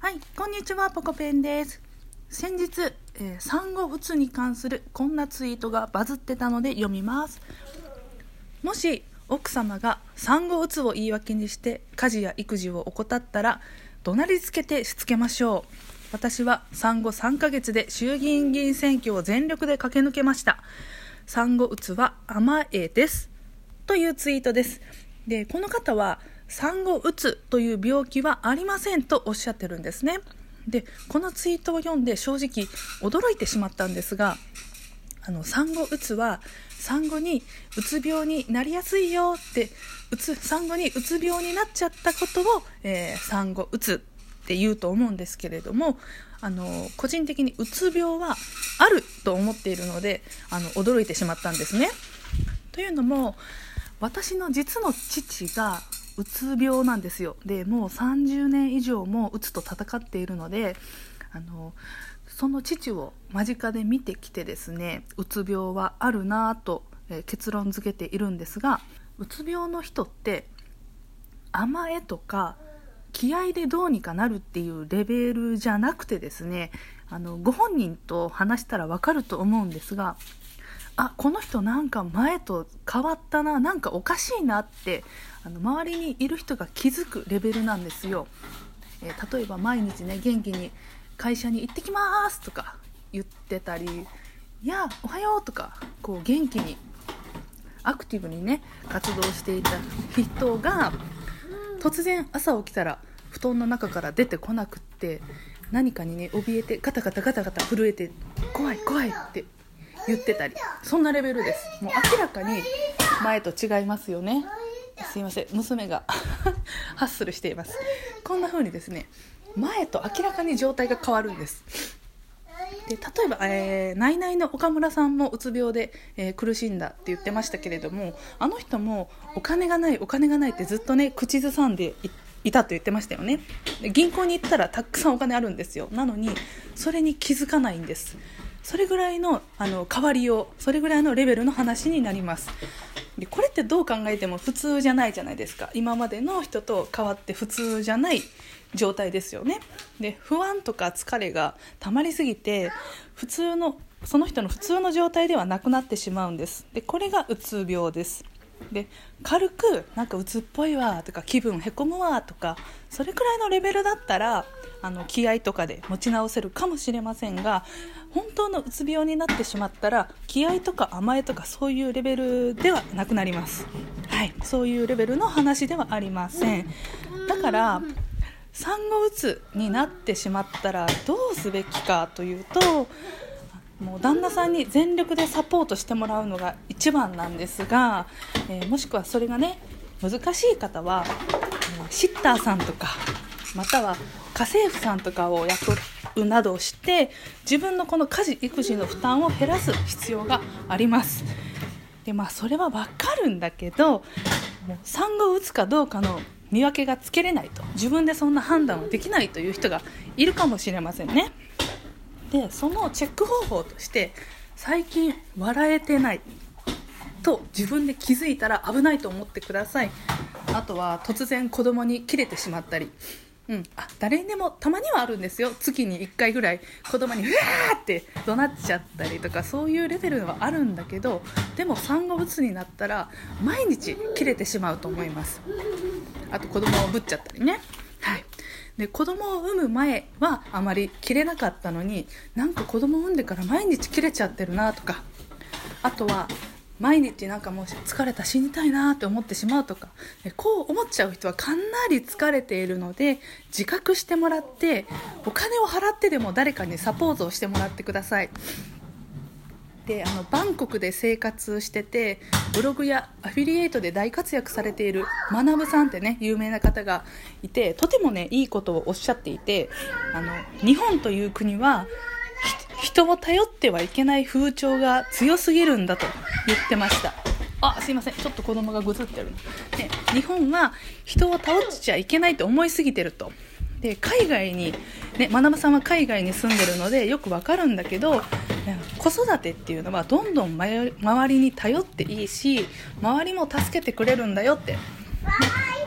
はい、こんにちは、ポコペンです。先日、産後うつに関するこんなツイートがバズってたので読みます。もし奥様が産後うつを言い訳にして家事や育児を怠ったら怒鳴りつけてしつけましょう。私は産後3ヶ月で衆議院議員選挙を全力で駆け抜けました。産後うつは甘えですというツイートです。で、この方は産後うつという病気はありませんとおっしゃってるんですね。で、このツイートを読んで正直驚いてしまったんですが、産後うつは産後にうつ病になりやすいよって産後にうつ病になっちゃったことを、産後うつって言うと思うんですけれども、個人的にうつ病はあると思っているので驚いてしまったんですね。というのも、私の実の父がうつ病なんですよ。で、もう30年以上もうつと戦っているので、その父を間近で見てきてですね、うつ病はあるなと、結論付けているんですが、うつ病の人って甘えとか気合でどうにかなるっていうレベルじゃなくてですね、ご本人と話したらわかると思うんですが、この人なんか前と変わったな、なんかおかしいなって周りにいる人が気づくレベルなんですよ。例えば毎日ね、元気に会社に行ってきますとか言ってたり、いやおはようとかこう元気にアクティブにね活動していた人が突然朝起きたら布団の中から出てこなくって、何かにね怯えてガタガタガタガタ震えて怖い怖いって言ってたり、そんなレベルです。もう明らかに前と違いますよね。すいません、娘がハッスルしています。こんな風にですね、前と明らかに状態が変わるんです。で、例えば、ナイナイの岡村さんもうつ病で、苦しんだって言ってましたけれども、あの人もお金がないお金がないってずっとね口ずさんでいたと言ってましたよね。で、銀行に行ったらたくさんお金あるんですよ。なのにそれに気づかないんです。それぐらいの、変わりよう、それぐらいのレベルの話になります。で、これってどう考えても普通じゃないじゃないですか。今までの人と変わって普通じゃない状態ですよね。で、不安とか疲れが溜まりすぎてその人の普通の状態ではなくなってしまうんです。で、これがうつ病です。で、軽くなんかうつっぽいわとか気分へこむわとか、それくらいのレベルだったら気合とかで持ち直せるかもしれませんが、本当のうつ病になってしまったら気合とか甘えとかそういうレベルではなくなります。はい、そういうレベルの話ではありません。だから産後うつになってしまったらどうすべきかというと、もう旦那さんに全力でサポートしてもらうのが一番なんですが、もしくはそれがね難しい方はシッターさんとか、または家政婦さんとかを雇うなどをして自分のこの家事育児の負担を減らす必要があります。で、それは分かるんだけど、もう産後うつかどうかの見分けがつけれないと、自分でそんな判断をできないという人がいるかもしれませんね。で、そのチェック方法として、最近笑えてないと自分で気づいたら危ないと思ってください。あとは突然子供にキレてしまったり、誰にでもたまにはあるんですよ。月に1回ぐらい子供にうわーって怒鳴っちゃったりとか、そういうレベルはあるんだけど、でも産後うつになったら毎日キレてしまうと思います。あと子供をぶっちゃったりね。はい。で、子供を産む前はあまりキレなかったのに、なんか子供を産んでから毎日キレちゃってるなとか、あとは毎日なんかもう疲れた、死にたいなって思ってしまうとか、こう思っちゃう人はかなり疲れているので、自覚してもらってお金を払ってでも誰かにサポートをしてもらってください。で、バンコクで生活しててブログやアフィリエイトで大活躍されている学さんってね、有名な方がいて、とてもねいいことをおっしゃっていて、日本という国は人を頼ってはいけない風潮が強すぎるんだと言ってました。すいません、ちょっと子供がぐずってる、ね、日本は人を頼っちゃいけないと思いすぎてると。で、海外に、学さんは海外に住んでるのでよくわかるんだけど、子育てっていうのはどんどん周りに頼っていいし、周りも助けてくれるんだよって、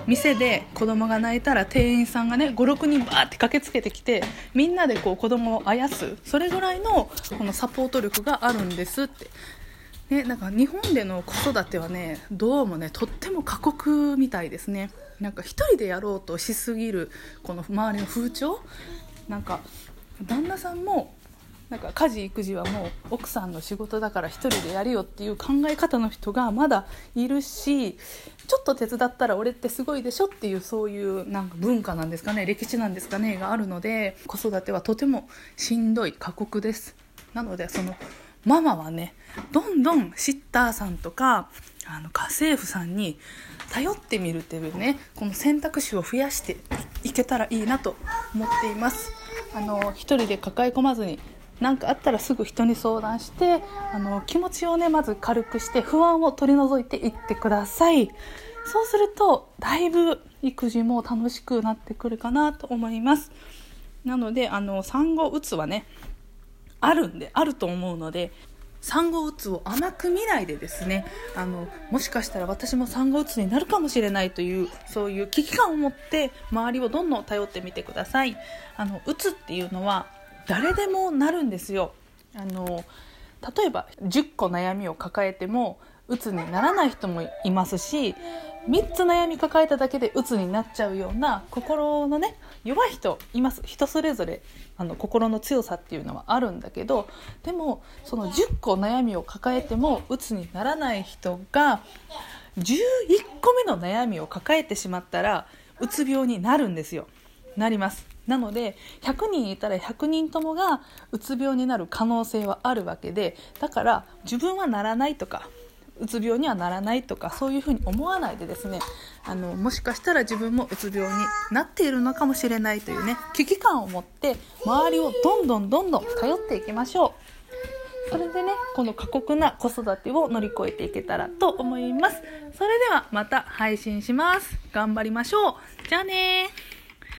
店で子供が泣いたら店員さんがね 5,6 人バーって駆けつけてきて、みんなでこう子供をあやす、それぐらいのこのサポート力があるんですってね。なんか日本での子育てはね、どうもねとっても過酷みたいですね。なんか一人でやろうとしすぎるこの周りの風潮、なんか旦那さんもなんか家事育児はもう奥さんの仕事だから一人でやるよっていう考え方の人がまだいるし、ちょっと手伝ったら俺ってすごいでしょっていう、そういうなんか文化なんですかね、歴史なんですかねがあるので、子育てはとてもしんどい、過酷です。なのでそのママはね、どんどんシッターさんとか家政婦さんに頼ってみるっていうね、この選択肢を増やしていけたらいいなと思っています。一人で抱え込まずに、何かあったらすぐ人に相談して、気持ちをねまず軽くして不安を取り除いていってください。そうするとだいぶ育児も楽しくなってくるかなと思います。なので産後うつはねあると思うので、産後うつを甘く見ないでですね、もしかしたら私も産後うつになるかもしれないという、そういう危機感を持って周りをどんどん頼ってみてください。うつっていうのは誰でもなるんですよ。例えば10個悩みを抱えてもうつにならない人もいますし、3つ悩み抱えただけでうつになっちゃうような心のね弱い人います。人それぞれ心の強さっていうのはあるんだけど、でもその10個悩みを抱えてもうつにならない人が11個目の悩みを抱えてしまったらうつ病になるんですよ。なります。なので100人いたら100人ともがうつ病になる可能性はあるわけで、だから自分はならないとかうつ病にはならないとかそういうふうに思わないでですね、もしかしたら自分もうつ病になっているのかもしれないというね危機感を持って周りをどんどん頼っていきましょう。それでねこの過酷な子育てを乗り越えていけたらと思います。それではまた配信します。頑張りましょう。じゃあね。